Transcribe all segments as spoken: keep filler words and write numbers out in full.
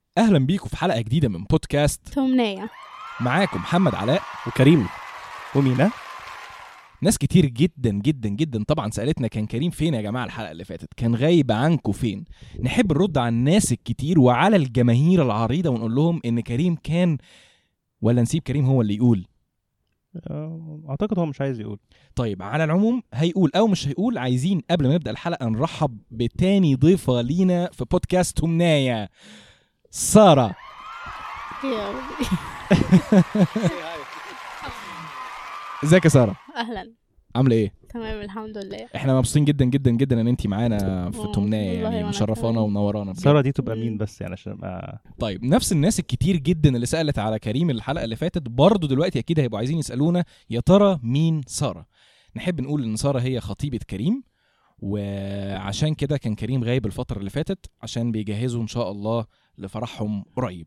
اهلا بيكم في حلقه جديده من بودكاست تومنية. معاكم محمد علاء وكريم ومينا. ناس كتير جدا جدا جدا طبعا سالتنا كان كريم فين يا جماعه الحلقه اللي فاتت، كان غايب عنكم فين. نحب نرد على الناس الكتير وعلى الجماهير العريضه ونقول لهم ان كريم كان، ولا نسيب كريم هو اللي يقول؟ اعتقد هو مش عايز يقول. طيب على العموم هيقول او مش هيقول. عايزين قبل ما نبدا الحلقه نرحب بتاني ضيفه لينا في بودكاست تومنية، سارة. يا ربي. ازيك يا سارة؟ اهلا. عامله ايه؟ تمام الحمد لله. احنا مبسوطين جدا جدا جدا ان انتي معانا في تومنية، والله يعني وأنا مشرفانا كمان. ومنورانا بجد. سارة دي تبقى مين بس يعني عشان ما طيب نفس الناس الكتير جدا اللي سألت على كريم الحلقة اللي فاتت برضو دلوقتي اكيد هيبقوا عايزين يسألونا يا ترى مين سارة. نحب نقول ان سارة هي خطيبة كريم، وعشان كده كان كريم غايب الفترة اللي فاتت عشان بيجهزوا ان شاء الله لفرحهم قريب.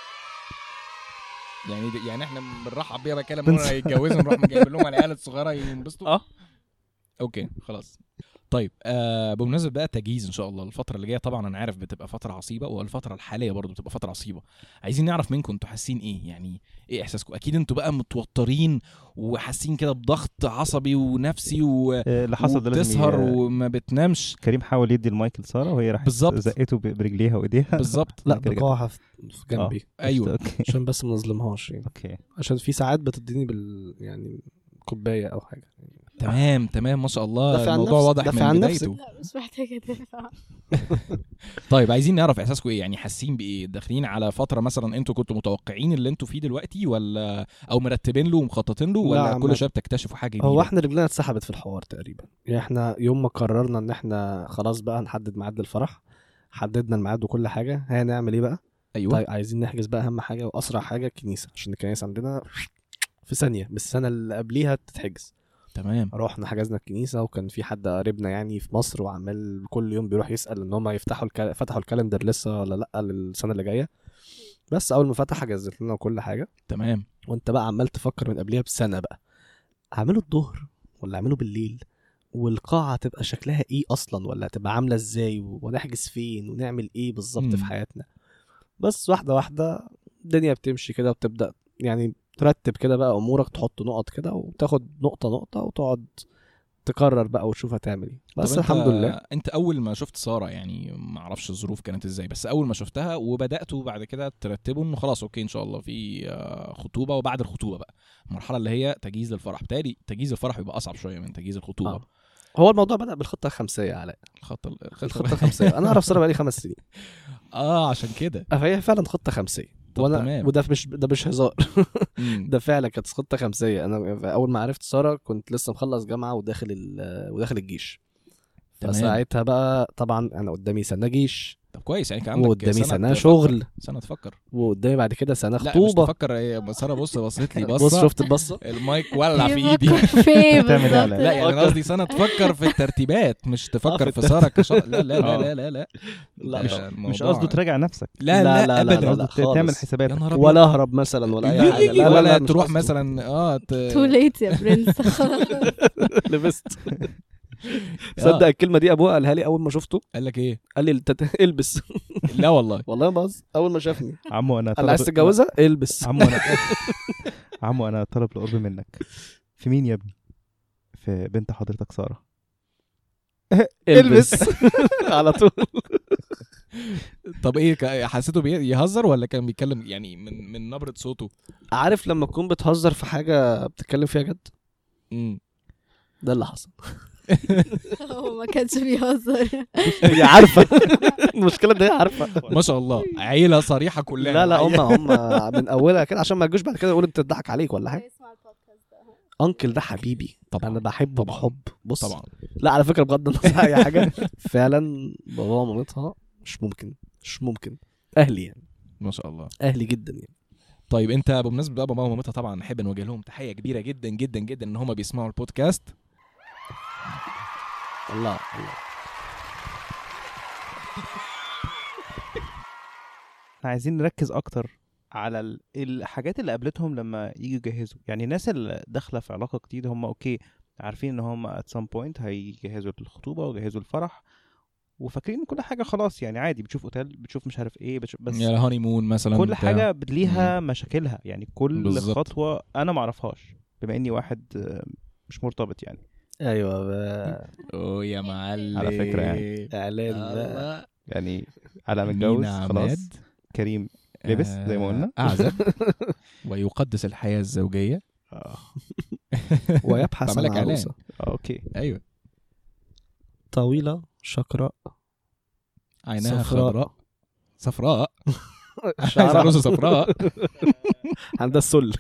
يعني دي يعني احنا بنرحب بيها بكلام انه هيتجوزوا نروح جايب لهم العيال الصغيره ينبسطوا. اه اوكي خلاص. طيب آه بمناسبه بقى تجهيز ان شاء الله الفتره اللي جايه، طبعا انا عارف بتبقى فتره عصيبه والفتره الحاليه برضو بتبقى فتره عصيبه. عايزين نعرف منكم انتوا حاسين ايه، يعني ايه احساسكم؟ اكيد انتوا بقى متوترين وحاسين كده بضغط عصبي ونفسي و... اللي حصل ده لازم وبتسهر ي... وما بتنامش. كريم حاول يدي المايك لسارة وهي راحت بالظبط. زقته ب- برجليها وايديها. بالظبط. لا كده بقاها في في جنبي. ايوه اوكي عشان بس ما نظلمهاش يعني. اوكي عشان في ساعات بتديني بال يعني كوبايه او حاجه. تمام تمام ما شاء الله. دافع عن الموضوع نفسك، واضح دافع من عن بدايته. لا مش محتاجة دفع. طيب عايزين نعرف احساسكم ايه، يعني حاسين بايه؟ داخلين على فتره مثلا انتوا كنتوا متوقعين اللي انتوا فيه دلوقتي، ولا او مرتبين له ومخططين له، لا، ولا عامة. كل شويه بتكتشفوا حاجه جديده؟ هو احنا رجلنا اتسحبت في الحوار تقريبا، يعني احنا يوم ما قررنا ان احنا خلاص بقى هنحدد ميعاد للفرح، حددنا الميعاد وكل حاجه. هنعمل ايه بقى؟ ايوه طيب عايزين نحجز بقى اهم حاجه واسرع حاجه الكنيسه، عشان الكنيسه عندنا في ثانيه من السنه اللي قبليها تتحجز. تمام. رحنا حجزنا الكنيسه، وكان في حد قريبنا يعني في مصر وعمال كل يوم بيروح يسال ان هم يفتحوا الكال... فتحوا الكالندر لسه ولا لا للسنه اللي جايه. بس اول ما فتح حجزت لنا كل حاجه. تمام. وانت بقى عمال تفكر من قبليها بسنه بقى اعمله الظهر ولا اعمله بالليل، والقاعه تبقى شكلها ايه اصلا، ولا هتبقى عامله ازاي، ونحجز فين ونعمل ايه بالظبط مم. في حياتنا. بس واحده واحده الدنيا بتمشي كده، وبتبدا يعني ترتب كده بقى امورك، تحط نقط كده وتاخد نقطه نقطه وتقعد تقرر بقى وتشوف هتعمل ايه. بس طب الحمد انت لله. انت اول ما شفت ساره، يعني ما اعرفش الظروف كانت ازاي، بس اول ما شفتها وبداتوا بعد كده ترتبوا انه خلاص اوكي ان شاء الله في آه، خطوبه، وبعد الخطوبه بقى المرحله اللي هي تجهيز للفرح. بالتالي تجهيز الفرح يبقى اصعب شويه من تجهيز الخطوبه. آه. هو الموضوع بدأ بالخطه الخمسيه يا علاء. الخطه ال- الخطه الخمسيه انا اعرف ساره بقالي خمس سنين. اه عشان كده. فهي فعلا خطه خمسيه. طب وانا تمام. وده مش ده مش هزار. مم. ده فعلا كانت خطه خمسيه. انا اول ما عرفت ساره كنت لسه مخلص جامعه وداخل ال- وداخل الجيش. تمام. فساعتها بقى طبعا انا قدامي سنه جيش، طب كويس، يعني كان عندك وقدامي سنة سنه تفكر. شغل، سنه تفكر. وقدامي بعد كده سنه لا مش خطوبه. تفكر ايه، ساره بص بصيت لي بصه. بص شفت البصه. المايك ولع في ايدي. فين تعمل ايه على- بالظبط؟ لا يعني فكر. انا قصدي سنه تفكر في الترتيبات، مش تفكر في في ساره كشخص. لا لا لا لا لا لا لا ده مش الموضوع- مش قصده تراجع نفسك، لا لا، لا لا، لا، ابدا. لا، قصده خالص. تعمل يا حساباتك. نهار أبيض. ولا اهرب مثلا ولا اي حاجه. لا لا ولا لا مش تروح قصدي. مثلا اه ت... تو ليت يا برنس. لبست. صدق الكلمه دي ابوها قالها لي اول ما شفته. قال لك ايه؟ قال لي التت- البس. لا والله. والله باظ اول ما شافني. عمو انا قال عايز طلب تتجوزها البس. عمو انا عمو انا طلب القرب منك. في مين يا ابني؟ في بنت حضرتك سارة. البس. على طول. طب ايه ك- حسيته بيهزر ولا كان بيتكلم يعني من من نبرة صوته؟ عارف لما تكون بتهزر في حاجه بتتكلم فيها جد؟ امم ده اللي حصل. هو ما كانش بيهزر. هي عارفه. المشكله ان هي عارفه. ما شاء الله عيلة صريحة كلها. لا لا هم هم من اولها كده عشان ما يجوش بعد كده يقولوا انت تضحك عليك ولا حاجه. انكل ده حبيبي طبعا. انا بحبه طبعا. بحب. بص طبعا. لا على فكره بغض النظر عن اي حاجه فعلا بابا ومامتها مش ممكن مش ممكن اهلي يعني ما شاء الله. اهلي جدا يعني. طيب انت بمناسبة بقى بابا ومامتها طبعا نحب نوجه لهم تحية كبيرة جدا جدا جدا ان هم بيسمعوا البودكاست. الله الله. احنا عايزين نركز اكتر على ال- الحاجات اللي قابلتهم لما يجوا يجهزوا. يعني الناس اللي داخله في علاقه جديده هم اوكي عارفين ان هم at some point هيجهزوا للخطوبه ويجهزوا الفرح وفاكرين ان كل حاجه خلاص يعني عادي، بتشوف اوتيل، بتشوف مش عارف ايه، بتشوف بس يعني هاني مون مثلا كل بتاع. حاجه ليها مشاكلها يعني. كل بالزبط. خطوه انا ما اعرفهاش بما اني واحد مش مرتبط يعني. ايوه بقى. اوه يا معلم على فكرة يعني. اعلان بقى. الله. يعني على متجوز مينا خلاص. عماد كريم لبس زي ما قلنا. آه، اعزب ويقدس الحياه الزوجيه ويبحث بعمل عن لك إعلان. عروسه اوكي. ايوه طويله شقراء عينها صفراء. خضراء صفراء عايز شعرها عروسه صفراء. عندها السل.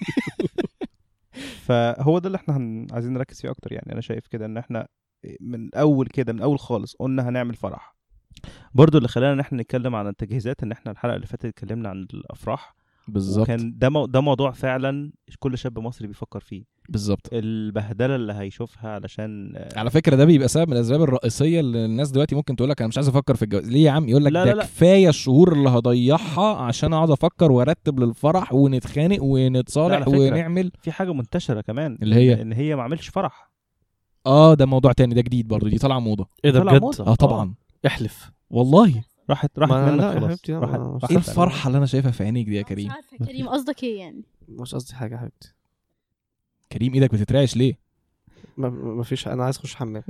فهو ده اللي احنا هن... عايزين نركز فيه اكتر يعني. انا شايف كده ان احنا من اول كده من اول خالص قلنا هنعمل فرح. برضو اللي خلانا ان احنا نتكلم عن التجهيزات ان احنا الحلقه اللي فاتت اتكلمنا عن الافراح بالظبط وكان ده مو... ده موضوع فعلا كل شاب مصري بيفكر فيه. بالظبط. البهدله اللي هيشوفها علشان على فكره ده بيبقى سبب من الاسباب الرئيسيه اللي الناس دلوقتي ممكن تقول لك انا مش عايز افكر في الجواز. ليه يا عم؟ يقول لك لا ده لا لا. كفايه الشهور اللي هضيعها عشان اقعد افكر وارتب للفرح ونتخانق ونتصالح لا، على فكرة. ونعمل. في حاجه منتشره كمان اللي هي؟ ان هي ما عملش فرح. اه ده موضوع تاني، ده جديد برضو، دي طالعه موضه. ايه ده طلع بجد؟ موضة. اه طبعا احلف. والله. راحت راحت ما منك لا يا خلاص. حبيبتي، لا، راحت ما- راحت ايه عليك. الفرحه اللي انا شايفها في عينيك دي يا مش كريم؟ عارفه كريم قصدك ايه يعني؟ مش قصدي حاجه يا حبيبتي. كريم ايدك بتترعش ليه؟ ما- ما فيش، انا عايز اخش حمام.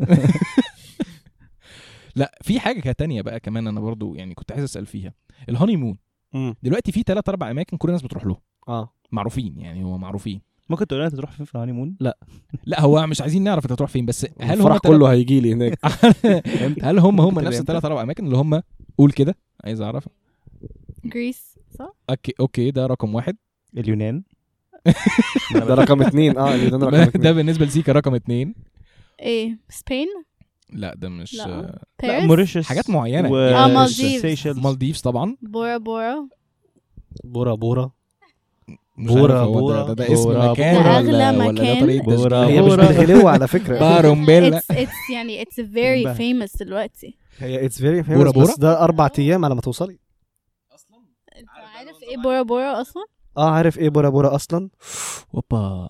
لا في حاجه كانت تانية بقى كمان انا برضو يعني كنت عايز اسال فيها. الهاني مون امم دلوقتي في ثلاث اربع اماكن كل الناس بتروح له، اه معروفين يعني، هو معروفين. ممكن تقول لنا انت تروح فين في الهاني مون؟ لا هو مش عايزين نعرف انت تروح فين، بس هل هم الفرح كله هيجي لي هناك. هل هم هم ممكن نفس تبقى الثلاث اربع اماكن اللي هم قول كده عايز اعرف. جريس صح؟ اوكي اوكي ده رقم واحد. اليونان. ده رقم اتنين. اه اللي ده رقم ده اتنين. بالنسبه لسيكا رقم اتنين. ايه سبين؟ لا ده مش لا. آه، لا باريس؟ موريشيوس حاجات معينة. و... آه، مالديفز. سيشيلز. مالديفز طبعا. بورا بورا. بورا بورا. مش بورا عارف هو بورا. ده, ده, ده اسم بورا مكان بورا. ولا ده أغلى ولا ده مكان. طريقه بورا. تسجيل؟ هي مش بورا. بالغلو على فكره. بارومبيلا. It's, it's يعني it's very بقى. famous دلوقتي. هي اتس فيري بورا فيمس بورا؟ بس ده اربع ايام على ما توصلي. انت عارف ايه بورا بورا اصلا؟ اه عارف ايه بورا بورا اصلا. اوبا.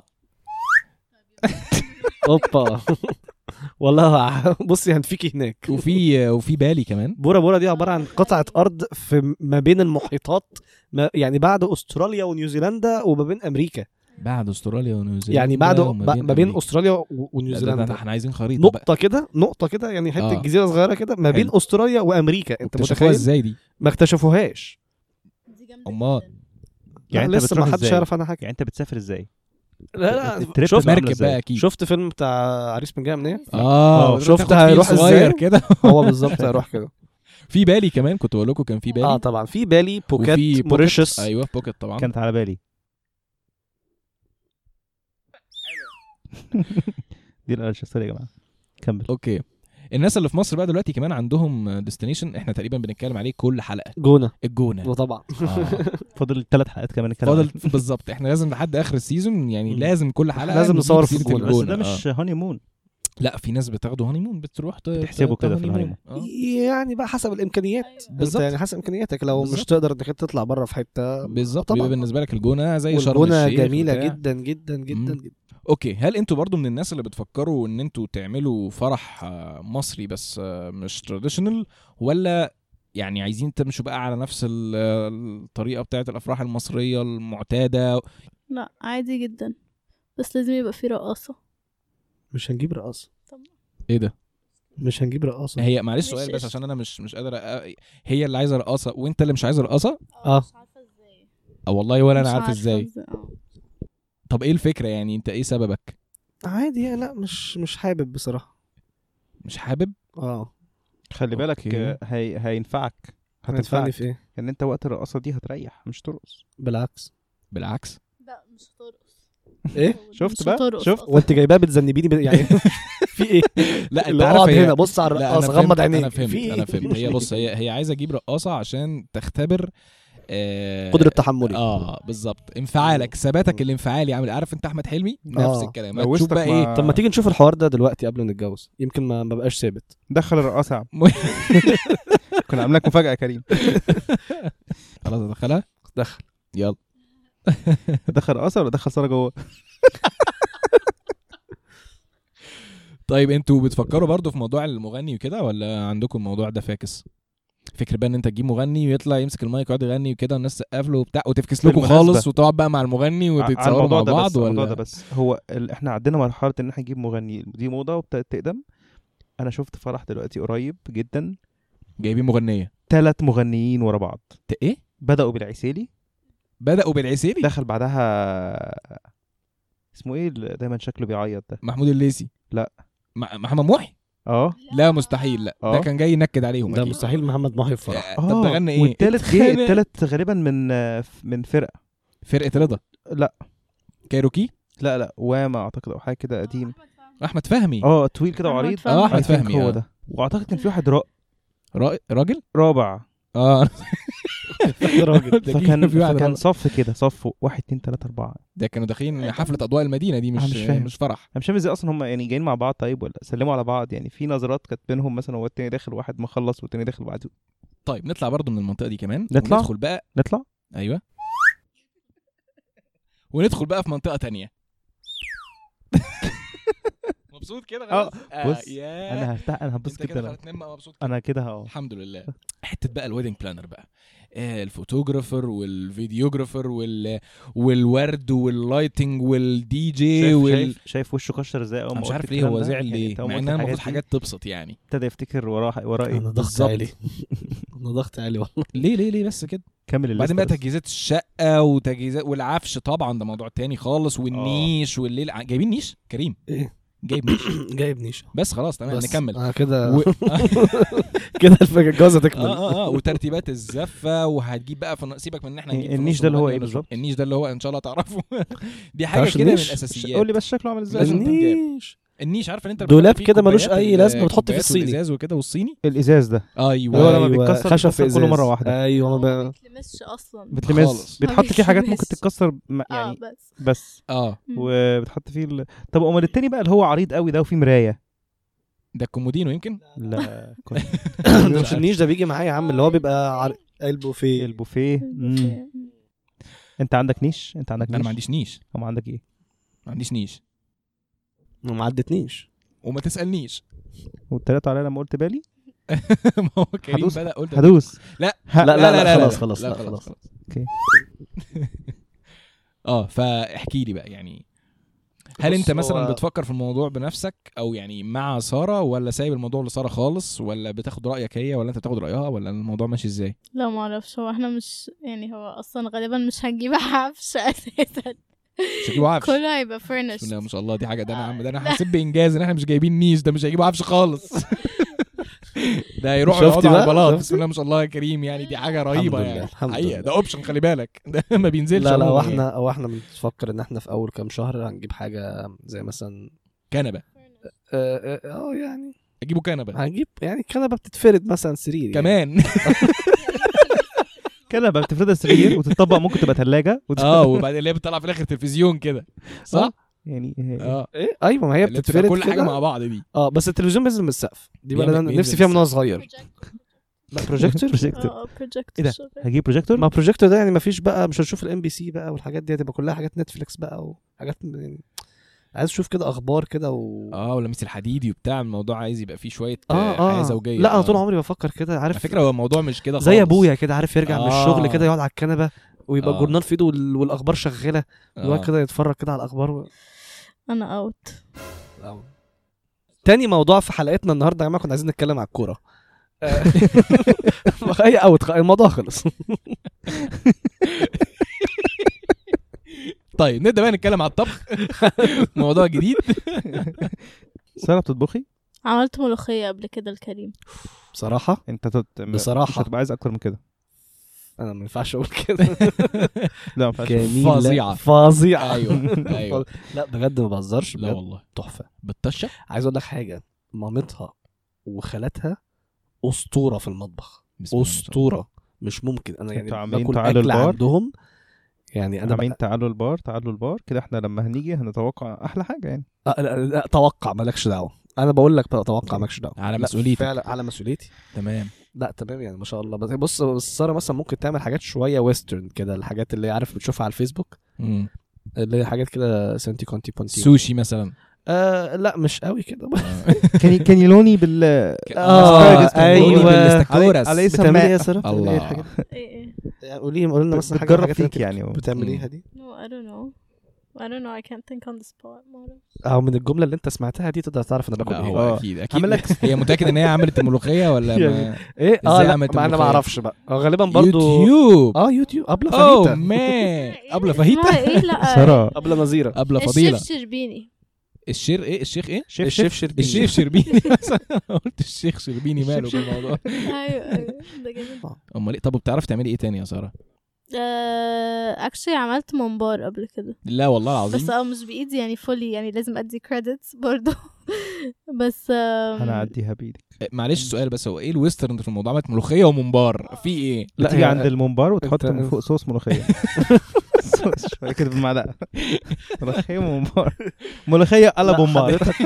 اوبا. والله بصي هنفيكي هناك. وفي وفي بالي كمان. بورا بورا دي عباره عن قطعه ارض في ما بين المحيطات، ما يعني بعد استراليا ونيوزيلندا وما بين امريكا. بعد استراليا ونيوزيلندا يعني بعد وما ما بين أمريكا. استراليا و- لا، ده- ده ونيوزيلندا. احنا عايزين خريطه بقى. نقطه كده نقطه كده يعني حته آه. جزيره صغيره كده ما بين حلو. استراليا وامريكا. انت اكتشفوها متخيل؟ ازاي دي؟ ما اكتشفوهاش. دي جامده أمال. جداً. يعني يعني انت لسه ما بتروح حدش ازاي؟ يعرف عنها حاجه. يعني انت بتسافر ازاي؟ لا لا التريب شفت بتبقى عاملة مركب ازاي؟ بقى اكيد. شفت فيلم بتاع عريس من جهه منين؟ اه آه، شفت تاخد هيروح فيل صغير ازاي؟ كده. هو بالظبط هيروح كده. في بالي كمان كنت بقول لكم كان في بالي. اه طبعا في بالي، وفي بوكيت، بوكيت. موريشيوس. ايوه بوكيت طبعا. كانت على بالي. دي الاشياء يا جماعه. كمل. اوكي الناس اللي في مصر بقى دلوقتي كمان عندهم ديستنيشن احنا تقريبا بنتكلم عليه كل حلقه. جونه. الجونه. وطبعا آه. فاضل ثلاث حلقات كمان نتكلم فاضل عنها. بالظبط احنا لازم لحد اخر السيزون يعني مم. لازم كل حلقه لازم نجيب نصور في سيرة الجونة. بس الجونة. ده مش هاني مون. آه. لا في ناس بتاخده هاني مون بتروح ت- بتحسبه ت- كده في هاني الهاني مون. آه. يعني بقى حسب الامكانيات. أيوة. انت بالظبط. يعني حسب امكانياتك. لو بالظبط. مش تقدر انك انت تطلع بره في حته بالظبط طبعا. بيبقى بالنسبه لك الجونه زي شرم والجونه الشيخ جميله بتاع. جدا جدا جدا مم. جدا. اوكي هل انتوا برضو من الناس اللي بتفكروا ان انتوا تعملوا فرح آه، مصري بس آه، مش تراديشنال، ولا يعني عايزين تمشوا بقى على نفس ال- الطريقه بتاعه الافراح المصريه المعتاده؟ لا عادي جدا بس لازم يبقى في رقاصه. مش هنجيب رقاصه. ايه ده؟ مش هنجيب رقاصه. هي معلش مش سؤال بس قشطة. عشان انا مش مش قادر أ... هي اللي عايزه رقاصه وانت اللي مش عايز رقاصه؟ آه. مش عارفه ازاي. اه والله ولا انا مش عارف عارفة ازاي. آه. طب ايه الفكره يعني؟ انت ايه سببك؟ عادي يعني. لا مش مش حابب بصراحه. مش حابب؟ اه خلي بالك أوكي. آه، هي هينفعك. هتنفعني هتنفعك في ايه؟ ان انت وقت الرقصه دي هتريح مش ترقص. بالعكس. بالعكس. لا مش هترقص. ايه؟ شفت مش بقى؟ هترقص شفت؟ أصلاً. وانت جايباها بتذنبيني ب... يعني في ايه؟ لا انت اللي عارف اقعد هي... هنا بص على لا انا الرقاصه فهمت غمض عينيك. انا فهمت في إيه؟ انا فهمت هي بص هي هي عايزه اجيب رقاصه عشان تختبر آه قدره تحملي. اه بالظبط انفعالك ثباتك الانفعالي عامل عارف انت احمد حلمي نفس آه. الكلام لو هتشوف وسطك بقى مع- ايه. طب ما تيجي نشوف الحوار ده دلوقتي قبل ما نتجوز، يمكن ما ما بقاش ثابت. دخل الرقاصه يا عم. كنا عاملين لك مفاجاه يا كريم. خلاص ادخلها دخل. يلا. دخل رقاصه ولا دخل ساره جوه؟ طيب انتوا بتفكروا برضو في موضوع المغني وكده ولا عندكم الموضوع ده فاكس؟ فكر بقى ان انت تجيب مغني ويطلع يمسك المايك ويقعد يغني وكده والناس تسقف له وبتاع وتفكس لكم بالمناسبة. خالص وتقعد بقى مع المغني على وتتصوروا الموضوع مع ده بعض بس الموضوع ده ولا بس هو ال... احنا عندنا مرحله ان احنا نجيب مغني، دي موضه وابتدت تقدم. انا شفت فرح دلوقتي قريب جدا جايبين مغنيه ثلاث مغنيين ورا بعض. ت- ايه بداوا بالعسيلي، بدأوا بالعسيلي دخل بعدها اسمه ايه اللي دايما شكله بيعيط ده؟ محمود الليثي لا. مع- محمد محي اه لا مستحيل لا ده آه. كان جاي ينكد عليهم ده أكيد. مستحيل محمد محي في فرح. آه، طب ده غنى ايه والتالت جه اتخانق. التالت غالبا من من فرقه. فرقه رضا لا كايروكي لا لا واما اعتقد او حاجه كده قديم. احمد فهمي اه طويل كده أحمد وعريض. فهمي. اه احمد I think فهمي هو آه. ده. واعتقد كان في واحد را... را- راجل رابع. اه راجل ده فكان في واحد فكان رابع. صف كده صف واحد اتنين تلاته اربعه. ده كانوا داخلين حفله اضواء المدينه دي أنا مش مش فاهم. مش فرح انا مش فاهم ازاي اصلا هم يعني جايين مع بعض طيب ولا سلموا على بعض يعني. في نظرات كانت بينهم مثلا هو التاني داخل واحد مخلص والتاني داخل بعده. طيب نطلع برضو من المنطقه دي كمان نطلع؟ وندخل بقى نطلع. ايوه وندخل بقى في منطقه تانية مبسوط كده اه، خلاص بص، يا انا هرتاح انا هبص انت كده كده انا, هتنام بقى مبسوط كده. أنا كده اه الحمد لله. حته بقى الويدنج بلانر بقى آه الفوتوغرافر والفيديوغرافر وال والورد واللايتنج والدي جي شايف, وال شايف شايف وشه كشر ازاي اول انا ما مش قلت عارف ليه الكلام هو ده؟ زعل يعني ليه أنت أول مع ما انها قلت المفروض الحاجات حاجات تبسط يعني. ابتدى يفتكر وراه وراه ايه. انا ضغط بالظبط. عالي انا ضغط عالي والله. ليه ليه ليه بس كده. كمل بعدين بقى الليستة بس. تجهيزات الشقه وتجهيزات والعفش طبعا ده موضوع تاني خالص والنيش والليل ع- جايبين نيش كريم ايه جايب نيش جايب نيشه بس خلاص تمام بس نكمل انا كده و... كده الفكره الجوازه تكمل. اه اه اه وترتيبات الزفه وهتجيب بقى في... سيبك من ان احنا نجيب في النيش نص ده اللي هو مغني ايه ولا بالظبط؟ النيش ده اللي هو ان شاء الله تعرفه دي حاجه تعرفش كده من النيش؟ الاساسيات. قول لي بس شكله عامل ازاي. لازم عشان- تنجاب. النيش النيش عارف ان انت دولاب بتحط فيه كده ملوش كوبايات أي ال- لازمة، بتحط فيه الكوبايات الصيني. والازاز وكده والصيني الازاز ده ايوه اللي هو لما بيتكسر خشب في بيتكسر كله ازاز. مرة واحدة. ايوه ما ما ب... بيتلمسش اصلا. بتلمس خالص. بتحط فيه حاجات ممكن بيتلمس. تتكسر م- اه يعني بس بس اه مم. وبتحط فيه ال... طب امال التاني بقى اللي هو عريض قوي ده وفيه مرايه؟ ده الكومودينو يمكن لا كنت ده مش النيش ده بيجي معايا يا عم اللي هو بيبقى عر... البوفيه. البوفيه. مم. انت عندك نيش؟ انت عندك نيش؟ انا ما عنديش نيش ما عندك ايه؟ ما عنديش نيش وما عدتنيش. وما تسالنيش والتلاتة عليا لما قلت بالي ما هو كريم هدوس بدا قلت هدوس. لا. ه- لا لا لا خلاص خلاص لا لا خلاص خلاص. اوكي. اه فاحكي لي بقى يعني هل بص، انت مثلا هو- بتفكر في الموضوع بنفسك او يعني مع ساره ولا سايب الموضوع لساره خالص ولا بتاخد رايك هي ولا انت بتاخد رايها ولا الموضوع ماشي ازاي؟ لا ما اعرفش. هو احنا مش يعني هو اصلا غالبا مش هنجيب عفش اساسا. مش هجيبوا عفش كله هيبقى بسم الله furnished. ما شاء الله دي حاجه ده انا عم ده انا لا. حاسب بانجاز ان احنا مش جايبين نيش ده مش هيجيبوا عفش خالص ده يروحوا شفتي يقعدوا على بقى؟ البلاط شفتي؟ بسم الله ما شاء الله يا كريم يعني دي حاجه رهيبه الحمد لله، يعني الحمد حقيقه لله. ده اوبشن خلي بالك ده ما بينزلش لا لا عموماً واحنا يعني. واحنا بنفكر ان احنا في اول كام شهر هنجيب حاجه زي مثلا كنبه اه اه آه، يعني اجيبوا كنبه هنجيب يعني كنبه بتتفرد مثلا سرير يعني. كمان كنبه بتفردها سرير وتطبق ممكن تبقى ثلاجه وت... اه وبعدين اللي هي بتطلع في الاخر تلفزيون كده صح يعني اه ايه ايوه ما هي اللي بتبقى بتتفرد كل حاجه كده. مع بعض دي اه بس التلفزيون بينزل من السقف دي بقى بيعمل- انا بينزل نفسي فيها من من وانا صغير. لا بروجيكتور. بروجيكتور. اه بروجيكتور. ايه ده؟ هجيب بروجيكتور. ما بروجيكتور ده يعني ما فيش بقى مش هنشوف الام بي سي بقى والحاجات دي هتبقى كلها حاجات نتفليكس بقى وحاجات يعني عايز اشوف كده اخبار كده و اه ولميس الحديدي وبتاع الموضوع عايز يبقى فيه شويه اه آه حياه اه زوجيه لا انا آه. طول عمري بفكر كده على عارف فكره هو الموضوع مش كده خالص زي ابويا كده عارف يرجع من آه. الشغل كده يقعد على الكنبه ويبقى آه. الجورنال في ايده وال- والاخبار شغاله آه. ويقعد كده يتفرج كده على الاخبار و... انا اوت. تاني موضوع في حلقتنا النهارده يا جماعه كنا عايزين نتكلم على الكوره. هي اوت الموضوع خلص. طيب نبدا بقى نتكلم على الطبخ موضوع جديد ساره بتطبخي؟ عملت ملوخية قبل كده الكريم. بصراحه انت تت... بصراحة. مش هتبقى عايز اكتر من كده. انا ما ينفعش اقول كده. لا ما ينفعش. جميله فظيعة. فظيعه. ايوه ايوه لا بجد ما بهزرش لا بجد والله تحفه. بالطشه عايز اقول لك حاجه مامتها وخالتها اسطوره في المطبخ بسم الله ما شاء الله. اسطوره مش ممكن انا يعني انتوا عاملين باكل تعالوا اكل البار؟ عندهم يعني انا عاملين بقى... تعالوا البار تعالوا البار كده احنا لما هنيجي هنتوقع احلى حاجه يعني. آه لا, لا توقع مالكش دعوه انا بقول لك بقى توقع مالكش دعوه على لا، مسؤوليتك. فعلا على مسؤوليتي. تمام لا تمام يعني ما شاء الله. بس بص بس ساره مثلا ممكن تعمل حاجات شويه ويسترن كده الحاجات اللي عارف بتشوفها على الفيسبوك مم. اللي هي حاجات كده سنتي كونتي بونتي سوشي مثلا آه لا مش قوي كده. كان كانيلوني بال آه، كانيلوني أيوة. بالستاكتورس. عليه بتعملي ايه يا سماعه ساره؟ بتعملي ايه الله. الحاجات ايه ايه يعني؟ قولي قولي لنا مثلا حاجه بتجرب حاجات اللي فيك انت يعني. بتعمليها دي. no I don't know I don't know I can't think on the spot ما أعرف. او من الجمله اللي انت سمعتها دي تقدر تعرف انا باكل لا ايه. هو آه. اكيد اكيد عامل لك هي متاكد ان هي عملت الملوخيه ولا ما يعني ايه اه إزاي لا عملت ما انا ما الملوخية؟ اعرفش بقى. هو غالبا برضو يوتيوب. اه يوتيوب ابله اوه فاهيتا مان ابله اسمها فاهيتا ايه لا ساره ابله نظيره ابله فضيله. الشيف شربيني. الشير ايه الشيخ ايه شيف الشيف شيف شربيني. الشيف شربيني مثلا قلت الشيخ شربيني ماله الشيف بالموضوع. ايوه ايوه ده جامد. امال ايه؟ طب بتعرفي تعملي ايه تاني يا ساره؟ اكشلي عملت ممبار قبل كده لا والله بس العظيم. اه مش بايدي يعني فولي يعني لازم ادي كريدتس برضو. بس آم، انا اعديها بايدك. إيه، معلش سؤال بس، هو ايه الويسترن في الموضوع؟ عملت ملوخيه وممبار في ايه؟ لا تيجي هي- عند الممبار وتحط أنت- من فوق صوص ملوخيه. صوص شويه كده بالمعلقه. ملوخيه وممبار. ملوخيه على لا، بومبار. حضرتك-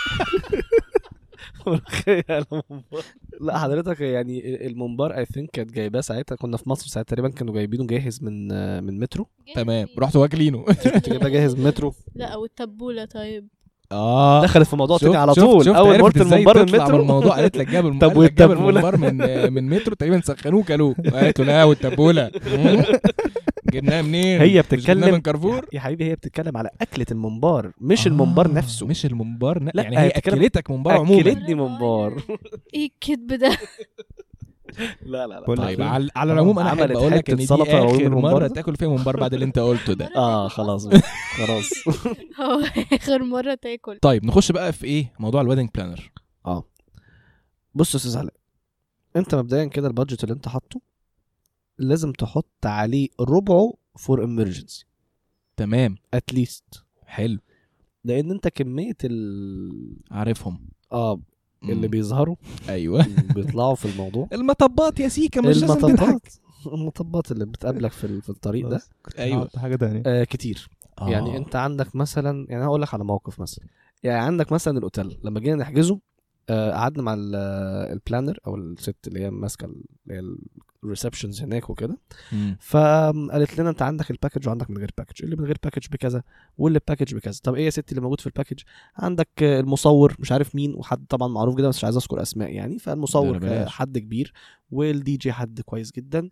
ملوخية على ممبار. لا حضرتك يعني الممبار اي ثينك كانت جايباه ساعتها، كنا في مصر ساعتها تقريبا كانوا جايبينه جاهز من من مترو. تمام رحتوا واكلينه. كنت جايباه جاهز من مترو. لا او التبوله طيب اه دخلت في موضوع شفت- تاني على شفت- طول. شفت اول ما عرفت قلت إزاي الممبار من تطلع مترو الموضوع. قالت لك جاب الم... طب قال لك جاب والتبولة؟ الممبار من من مترو تقريبا، سخنوه كلوه. قالت له لا والتبوله جبناها منين؟ هي مش جبناها بتتكلم من كارفور. يا حبيبي هي بتتكلم على اكلة الممبار مش الممبار آه، نفسه. مش الممبار ن... لا، يعني هي هي بتتكلم- اكلتك ممبار عموما. اكلتني ممبار. ايه الكذب ده؟ لا لا لا بقول لك طيب إيه؟ على, على العموم انا عملت احب اقول لك حتة ان دي سلطة وعيون اخر الممبار مره ده. تاكل فيها ممبار بعد اللي انت قلته ده. اه خلاص خلاص. هو اخر مره تاكل. طيب نخش بقى في ايه موضوع الويدنج بلانر. اه بص يا استاذ علاء، انت مبدئيا كده البادجت اللي انت حاطه لازم تحط عليه ربعه فور امرجنسي تمام اتليست، حلو لان انت كميه ال عارفهم. اه اللي مم. بيظهروا ايوه بيطلعوا في الموضوع. المطبات يا سيكا مش لازم تضحك. المطبات المطبات اللي بتقابلك في ال- في الطريق ده ايوه حاجه ثانيه. آه كتير. آه. يعني انت عندك مثلا، يعني هقول لك على موقف مثلا، يعني عندك مثلا الاوتيل لما جينا نحجزه آه قعدنا مع ال- البلانر او الست اللي هي ماسكه ال- اللي هي الريسبشنز هناك وكده، مم. فقالت لنا انت عندك الباكج وعندك من غير باكج، اللي من غير باكج بكذا واللي باكج بكذا. طب ايه يا ستي اللي موجود في الباكج؟ عندك آه، المصور مش عارف مين، وحد طبعا معروف جدا بس مش عايز اذكر اسماء يعني، ده فالمصور بلاش. حد كبير، والدي جي حد كويس جدا،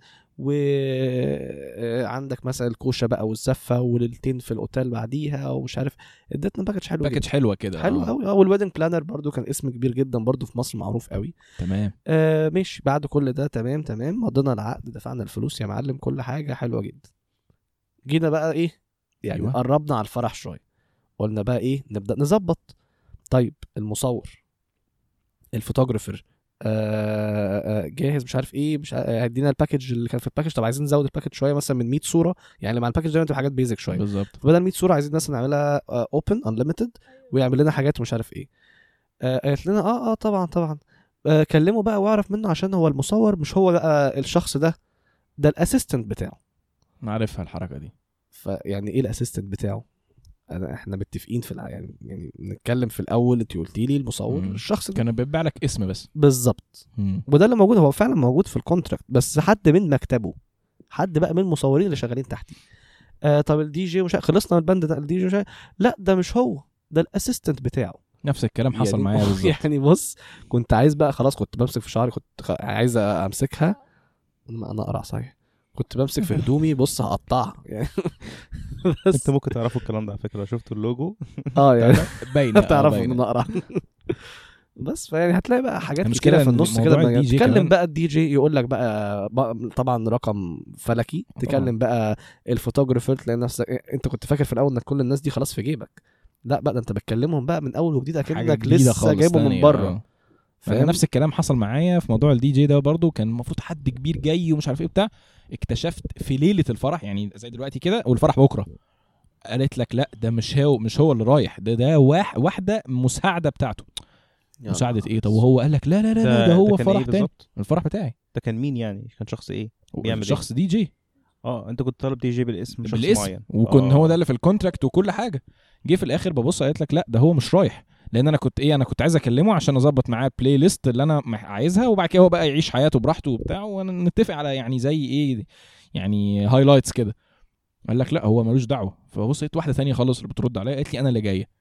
وعندك مثلا الكوشه بقى والزفه وليلتين في الاوتيل بعديها ومش عارف. ادتنا باكج حلو باكج جدا. حلوه كده. حلو آه. قوي. اه والويدنج بلانر برضو كان اسم كبير جدا برضو في مصر معروف قوي. تمام آه ماشي. بعد كل ده تمام تمام مضينا العقد دفعنا الفلوس يا معلم كل حاجه حلوه جدا. جينا بقى ايه يعني أيوة. أيوة. قربنا على الفرح شويه، قلنا بقى ايه نبدا نظبط. طيب المصور الفوتوغرافر آه آه جاهز مش عارف ايه مش هيدينا الباكج اللي كان في الباكج. طب عايزين نزود الباكج شويه مثلا من مية صوره، يعني اللي مع الباكج ده بتبقى حاجات بيزك شويه، بالظبط. فبدل مية صوره عايزين مثلا نعملها اوبن انليميتد ويعمل لنا حاجات مش عارف ايه. آه قالت لنا اه اه طبعا طبعا آه كلمه بقى واعرف منه عشان هو المصور مش هو بقى الشخص ده، ده الاسيستنت بتاعه. عارفها الحركه دي. فيعني ايه الاسيستنت بتاعه؟ انا احنا متفقين في الع... يعني يعني نتكلم في الاول انت قلتي لي المصور مم. الشخص ده كان بيبيع لك اسم بس. بالظبط، مم. وده اللي موجود هو فعلا موجود في الكونتراكت، بس حد من مكتبه، حد بقى من المصورين اللي شغالين تحتي. آه طب الدي جي مش خلصنا من البند ده، الدي جي مش لا ده مش هو، ده الاسيستنت بتاعه. نفس الكلام حصل يعني معايا بالظبط. يعني بص كنت عايز بقى خلاص كنت بمسك في شعري، كنت خ... عايز امسكها انا انا اقرع صحيح، كنت بمسك في هدومي بص هقطعها يعني. بس انت ممكن تعرفوا الكلام ده على فكره لو شفتوا اللوجو. اه يعني باينه. بتعرفوا آه، ان باينة. انا اقرع. بس فيعني هتلاقي بقى حاجات المشكلة كتيره في إن النص موضوع كده. الدي جي تكلم كمان- بقى الدي جي يقول لك بقى, بقى طبعا رقم فلكي، تكلم بقى الفوتوغرافر تلاقي نفسك انت كنت فاكر في الاول ان كل الناس دي خلاص في جيبك، لا بقى ده انت بتكلمهم بقى من اول وجديد حاجة اكنك جديدة لسه خالص جايبه من تانية. بره. آه. فاهم؟ فاهم. نفس الكلام حصل معايا في موضوع الدي جي ده برضو. كان المفروض حد كبير جاي ومش عارف ايه بتاع، اكتشفت في ليله الفرح يعني زي دلوقتي كده والفرح بكره، قالت لك لا ده مش هو مش هو اللي رايح، ده ده واحد واحده مساعده بتاعته. يا مساعده نهار ايه؟ طب وهو قال لك لا لا لا, لا ده هو كان فرح إيه تاني. بالظبط؟ الفرح بتاعي. ده كان مين يعني؟ كان شخص ايه؟ بيعمل شخص دي جي اه انت كنت طالب دي جي بالاسم شخص بالاسم معين، وكان آه. هو ده اللي في الكونتراكت وكل حاجه. جه في الاخر ببص قالت لك لا ده هو مش رايح، لان انا كنت ايه انا كنت عايز اكلمه عشان اظبط معاه البلاي ليست اللي انا مح- عايزها، وبعد كده هو بقى يعيش حياته براحته وبتاع ونتفق على يعني زي ايه يعني هايلايتس كده. قال لك لا هو ملوش دعوه. فبص لقيت واحده ثانيه خالص اللي بترد عليا قالت لي انا اللي جايه.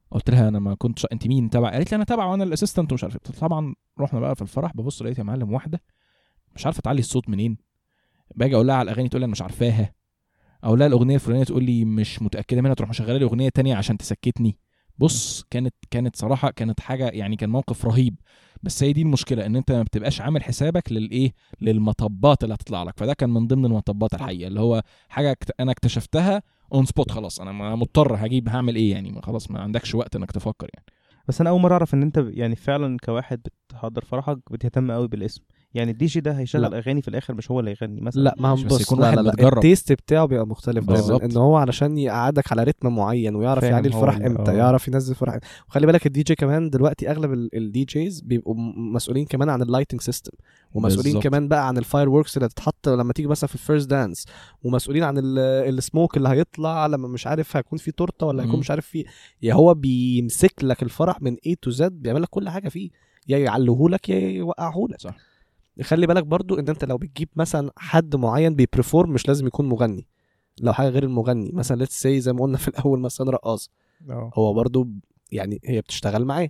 قلت لها انا ما كنتش. انت مين تبع؟ قالت لي انا تبع وانا الاسيستنت ومش عارف ايه. طبعا رحنا بقى في الفرح، ببص لقيت يا معلم واحده مش عارفه تعلي الصوت منين. باجي اقول لها على الاغاني تقول لي انا مش عارفاها، اقول لها الاغنيه الفلانيه تقول لي مش متاكده منها، تروح مشغله لي اغنيه تانية عشان تسكتني. بص كانت كانت صراحه كانت حاجه يعني كان موقف رهيب. بس هي دي المشكله، ان انت ما بتبقاش عامل حسابك للايه للمطبات اللي هتطلع لك. فده كان من ضمن المطبات الحقيقه، اللي هو حاجه انا اكتشفتها اون سبوت. خلاص انا مضطر هجيب هعمل ايه يعني، خلاص ما عندكش وقت انك تفكر يعني. بس انا اول مره اعرف ان انت يعني فعلا كواحد بتحضر فرحك بتهتم قوي بالاسم. يعني الدي جي ده هيشغل لا. اغاني في الاخر مش هو اللي يغني مثلا؟ لا ما مش هم بس بص يكون لا واحد لا لا متجرب. التيست بتاعه بيبقى مختلف بالظبط. دايما، ان هو علشان يقعدك على رتم معين ويعرف فاهم يعلي هو الفرح ال- امتى، آه. يعرف ينزل الفرح امتى. وخلي بالك الدي جي كمان دلوقتي اغلب الدي جيز بيبقوا م- مسؤولين كمان عن اللايتنج سيستم، ومسؤولين بالظبط. كمان بقى عن الفاير ووركس اللي هتتحط لما تيجي مثلا في الفيرست دانس، ومسؤولين عن السموك اللي هيطلع لما مش عارف هيكون في تورته ولا هيكون مم. مش عارف في. يا هو بيمسك لك الفرح من A to Z، بيعمل لك كل حاجه فيه، يا يعلهولك يا يوقعهولك. صح. خلي بالك برضو ان انت لو بتجيب مثلا حد معين بيبرفورم مش لازم يكون مغني. لو حاجه غير المغني مثلا ليتس سي زي ما قلنا في الاول مثلا رقاص، اه هو برضو يعني هي بتشتغل معاه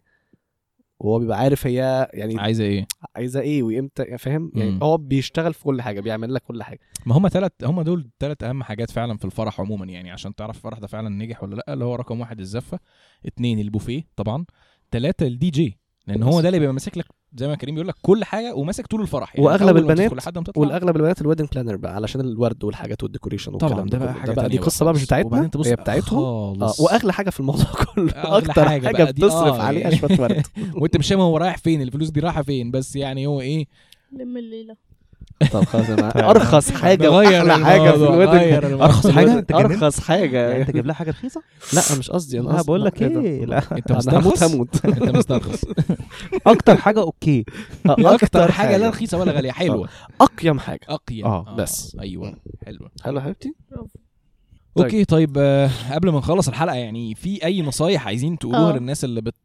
وهو بيبقى عارف هي يعني عايزه ايه. عايزه ايه وامتى، يعني فاهم يعني. مم. هو بيشتغل في كل حاجه، بيعمل لك كل حاجه. ما هم ثلاث هم دول ثلاث اهم حاجات فعلا في الفرح عموما يعني، عشان تعرف الفرح ده فعلا نجح ولا لا. اللي هو رقم واحد الزفه، اتنين البوفيه طبعا، ثلاثة الدي جي، لان هو ده اللي بيبقى ماسك لك زي ما كريم بيقول لك كل حاجه وماسك طول الفرح يعني. واغلب أول ما البنات تدخل لحد ما تطلع. والاغلب البنات الويدنج بلانر بقى علشان الورد والحاجات والديكوريشن طبعا والكلام ده بقى كله. حاجه بقى دي تانية قصه بقى مش خالص. وبعدين بتاعتنا، تبص هي بتاعتهم. اه خالص. واغلى حاجه في الموضوع كله أغلى اكتر حاجة حاجه, بقى دي، بتصرف آه، عليها يعني. شويه ورد. وانت مش فاهم هو رايح فين، الفلوس دي رايحه فين، بس يعني هو ايه. لم الليلة. طب خلاص يا جماعه ارخص حاجه نغير واحلى حاجه في الموضوع، الويدنج. غير الموضوع. أرخص حاجة؟ أنت جننت؟ ارخص حاجه يعني انت جايب لها حاجه رخيصه؟ لا مش قصدي، انا انا قصدي بقول لك لا، كده. ايه، لا انت انا هموت مسترخص هموت انت مسترخص. اكتر حاجه اوكي، اكتر حاجه لا رخيصه ولا غاليه، حلوه اقيم حاجه. اقيم. آه، بس. ايوه حلوه. حلو يا حبيبتي. برافو. طيب. اوكي طيب، آه، قبل ما نخلص الحلقه يعني في اي نصايح عايزين تقولوها آه. للناس اللي بت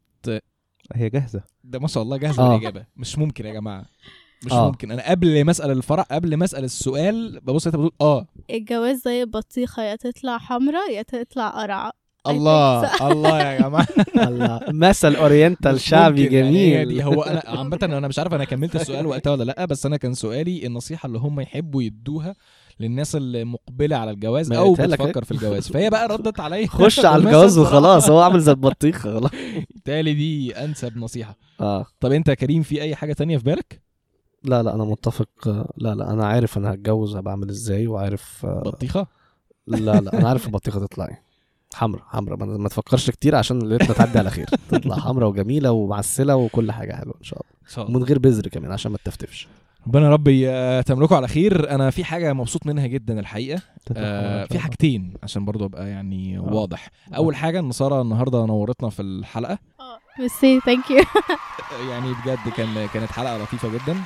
هي جاهزه. ده ما شاء الله جاهزه آه. الاجابه. مش ممكن يا جماعه، مش آه. ممكن. انا قبل ما اسال الفرح، قبل ما اسال السؤال ببص انت بتقول اه الجواز زي البطيخة، يا تطلع حمرا يا تطلع قرعة. I think الله so. الله يا جماعه. الله، مثل اورينتال مش شعبي ممكن يعني. هي جميل. دي هو انا عامه انا مش عارف انا كملت السؤال وقتها ولا لا، بس انا كان سؤالي النصيحه اللي هم يحبوا يدوها للناس اللي مقبله على الجواز ما او قلتها لك بتفكر في الجواز. فهي بقى ردت عليا خش على الجواز وخلاص، هو عامل زي البطيخه خلاص. بالتالي دي انسب نصيحه. اه طب انت يا كريم في اي حاجه تانية في بالك؟ لا لا انا متفق. لا لا انا عارف انا هتجوز هبقى عامل ازاي، وعارف. بطيخه. لا لا انا عارف البطيخه تطلع ايه. حمرا حمرا، ما ما تفكرش كتير عشان ليلتنا تعدي على خير. تطلع حمرا وجميله ومعسله وكل حاجه حلوه ان شاء الله، ان شاء الله. ومن غير بذر كمان عشان ما تفتفش. ربنا ربي تملكوا على خير. انا في حاجه مبسوط منها جدا الحقيقه. آه في حاجتين عشان برضو ابقى يعني آه. واضح. اول حاجه ان ساره النهارده نورتنا في الحلقه. اه ميرسي ثانك يو. يعني بجد كان كانت حلقه لطيفه جدا.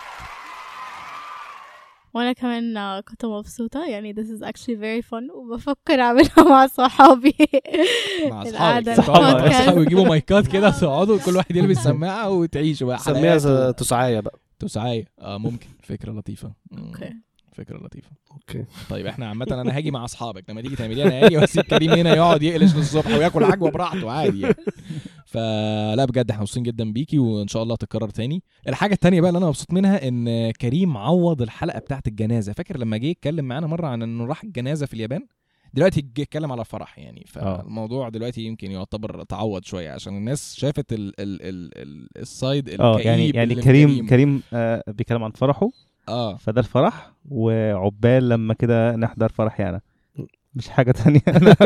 وانا كمان آه، كنت مبسوطة يعني this is actually very fun، وبفكر اعملها مع صحابي. مع القعدة اصحابك طبعا، البودكاست. اصحابي يجيبوا مايكات كده تقعدوا كل واحد يلبس سماعه وتعيشوا بقى سميها حلقات ز- و- تسعايه بقى. تسعية. اه ممكن، فكره لطيفه. مم. اوكي. فكره لطيفه. اوكي طيب احنا عامه انا هاجي مع اصحابك لما تيجي تعملي انا هاجي، واسيب كريم هنا يقعد يقلش للصبح وياكل عجوه براحته عادي يعني. فلا بجد احنا مبسوطين جدا بيكي، وان شاء الله تتكرر تاني. الحاجه التانية بقى اللي انا مبسوط منها ان كريم عوض الحلقه بتاعت الجنازه. فاكر لما جه يتكلم معانا مره عن انه راح الجنازه في اليابان، دلوقتي جه يتكلم على الفرح يعني. فالموضوع دلوقتي يمكن يعتبر تعوض شويه عشان الناس شافت ال ال ال ال السايد اه الكئيب يعني يعني اللي كريم كريم. كريم آه بيتكلم عن فرحه، اه فده الفرح. وعقبال لما كده نحضر فرح يعني مش حاجه تانية.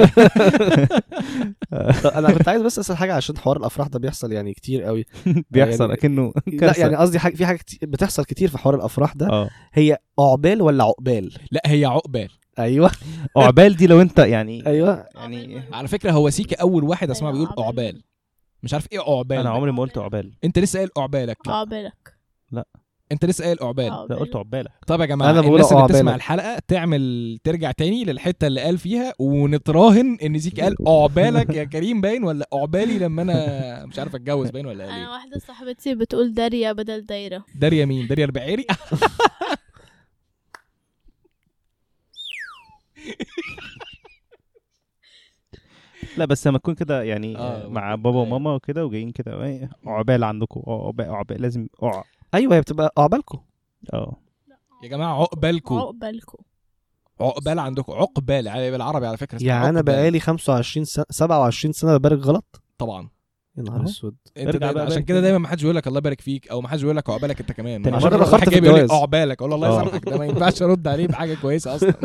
طب انا كنت عايز بس اسال حاجه، عشان حوار الافراح ده بيحصل يعني كتير قوي. بيحصل يعني- اكنه لا كارثة. يعني قصدي حاجه، في حاجه كتير بتحصل كتير في حوار الافراح ده. اه هي عقبال ولا عقبال؟ لا هي عقبال. ايوه عقبال دي لو انت يعني ايوه يعني على فكره هو سيكا اول واحد اسمع أيوة، بيقول عقبال. عقبال. مش عارف ايه عقبال. انا ده. عمري ما قلت عقبال. انت لسه قايل عقبالك. عقبالك. انت لسه قايل عقبال. لا قلت عقبالك. طب يا جماعه أنا بقول الناس اللي بتسمع عقبالك. الحلقه تعمل ترجع تاني للحته اللي قال فيها ونتراهن ان زيك قال عقبالك يا كريم باين، ولا عقبالي لما انا مش عارف اتجوز باين، ولا قال انا ايه. واحدة صاحبتي بتقول داريا بدل دايرة. داريا مين؟ داريا البعيري. لا بس لما تكون كده يعني آه، مع بابا أيوة. وماما وكده وجايين كده إيه، عقبال عندكم اه عقبال عقبال لازم اقع ايوه هي بتبقى عقبالكم. اه يا جماعه عقبالكم عقبالكم عقبال عندكم عقبال يعني بالعربي على فكره اسمها يعني انا عقبال. بقالي خمسة وعشرين سنه سبعة وعشرين سنه ببارك غلط. طبعا يا نهار أهو. اسود. انت ارجع دا بقى عشان بارك كده فيك. دايما ما حدش يقول لك الله يبارك فيك او ما حدش يقول لك عقبالك انت كمان. تاني عشان مرة كده دخلت واحد في جاي بيقول لي الجواز. عقبالك اقول له الله آه. يسامحك ده ما ينفعش ارد عليه بحاجه كويسه اصلا.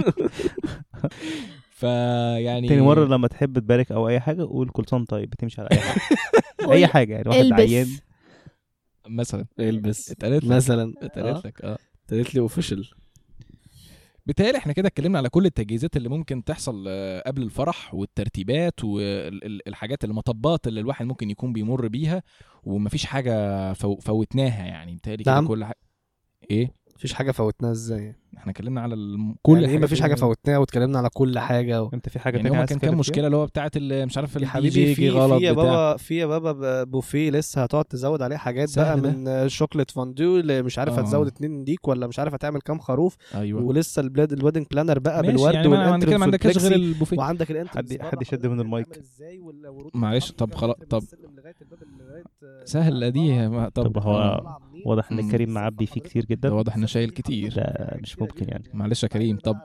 فيعني تاني مرة لما تحب تبارك او اي حاجة قول كل سنة طيب بتمشي على اي حاجة اي حاجة يعني واحد عيان البس مثلا البس اتقالت لك مثلا اتقالت لك اه قالت لي اوفيشال. بالتالي احنا كده اتكلمنا على كل التجهيزات اللي ممكن تحصل آه، قبل الفرح والترتيبات والحاجات المطبات اللي الواحد ممكن يكون بيمر بيها ومفيش حاجة فو- فوتناها يعني. بالتالي كده نعم. كل حاجة ايه مفيش حاجه فوتناها ازاي؟ احنا اتكلمنا على الم... كل كل يعني ايه الحاجات مفيش حاجه اللي- فوتناها واتكلمنا على كل حاجه و... انت في حاجة يعني تانية هما عايز كان تتكلم كام فيها؟ مشكلة اللي هو بتاعت ال- مش عارف يا الدي حبيبي جي في جي غلط في يا بتاع بابا في يا بابا ب- بوفيه لسه هتقعد تزود عليه حاجات بقى سهل ده. من شوكليت فوندو اللي مش عارف آه. هتزود اتنين ديك ولا مش عارف هتعمل كام خروف ايوه ولسه البلاد الويدنج بلانر بقى ماشي بالورد يعني ما عندك كده والانترنس ما عندكش غير والبلكسي البوفيه. وعندك الانترنس حد- بره حد يشد من المايك. هتعمل إزاي والورود معلش، بتتحط طب كام خلاص، متر من طب السلم لغاية الباب اللي لغاية سهل دي ما- طب, طب هو آه. واضح ان مم. كريم معبي فيه كتير ده جدا واضح انه شايل كتير. ده مش ممكن يعني. معلش يا كريم طب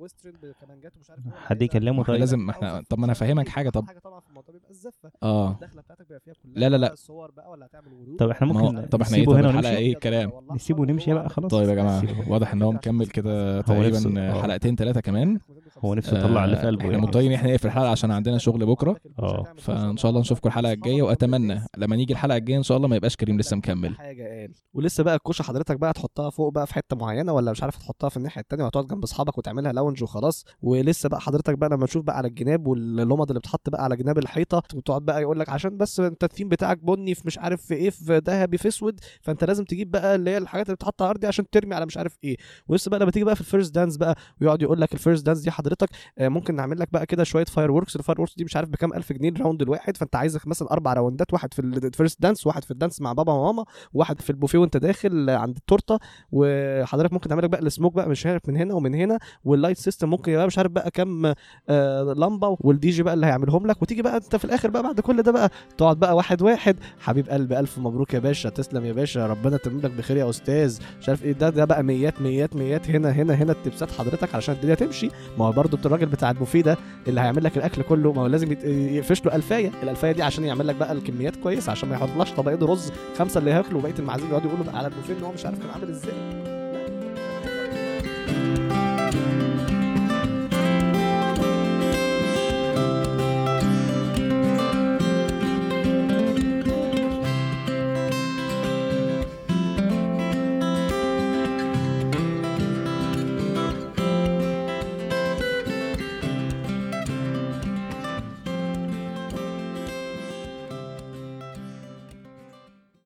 حد يكلمه ما احنا طيب لازم احنا طب ما انا افهمك حاجه طب اه الدخله بتاعتك بيبقى فيها كلها لا لا لا. بقى صور بقى ولا هتعمل ورود. طب احنا ما هو- ممكن طب احنا ايه نسيبه طب هنا الحلقه ونمشي ايه الكلام. نسيبه ونمشي بقى خلاص. طيب يا جماعه نسيبه. واضح ان هو مكمل كده هو تقريبا نفسه- آه. حلقتين ثلاثه كمان. هو نفسه يطلع اللي في آه، قلبه احنا يعني. مضطرين احنا نقفل الحلقه عشان عندنا شغل بكره. اه. فان شاء الله نشوفكم الحلقه الجايه واتمنى لما نيجي الحلقه الجايه ان شاء الله ما يبقاش كريم لسه مكمل. حاجه قال ولسه بقى الكوشه حضرتك بقى تحطها فوق بقى في حته معينه ولا مش عارف تحطها في الناحيه التانية وهتقعد جنب اصحابك وتعملها لاونج وخلاص. ولسه بقى حضرتك بقى لما تشوف بقى على الجناب واللمض اللي بتحط بقى على جناب الحيطه وتقعد بقى يقول لك عشان بس انت الثيم بتاعك بني في مش عارف في ايه في ذهبي في اسود فانت لازم تجيب بقى اللي هي الحاجات اللي بتحط على الارض عشان ترمي على مش عارف ايه. ولسه بقى لما تيجي بقى في الفيرست دانس بقى ويقعد يقول لك الفيرست دانس دي حضرتك آه، ممكن نعمل لك بقى كده شويه فاير وركس. الفاير وركس دي مش عارف بكام الف جنيه الراوند الواحد فانت عايزك مثلا اربع راوندات واحد في الفيرست دانس واحد في الدانس مع بابا وماما وواحد في البوفيه وانت داخل عند التورته. وحضرتك ممكن تعمل لك بقى السموك بقى مش عارف من هنا ومن هنا واللايت سيستم ممكن يبقى مش عارف بقى كام آه لمبه والدي جي بقى اللي هيعملهم لك. وتيجي بقى انت في الاخر بقى بعد كل ده بقى تقعد بقى واحد واحد حبيب قلبي الف مبروك يا باشا تسلم يا باشا ربنا يتمم لك بخير يا استاذ مش عارف ايه ده ده بقى ميات ميات ميات هنا هنا هنا التبسات حضرتك علشان الدنيا تمشي. ما هو برضه الراجل بتاع البوفيه ده اللي هيعمل لك الاكل كله ما هو لازم يت- يقفش له الفايه الالفايه دي عشان يعمل لك بقى الكميات كويسه عشان ما يحطلاش طبقين رز خمسه اللي هياكلوا وبقيه المعازيم يقعدوا يقولوا بقى على البوفيه ان هو مش عارف كان عامل ازاي.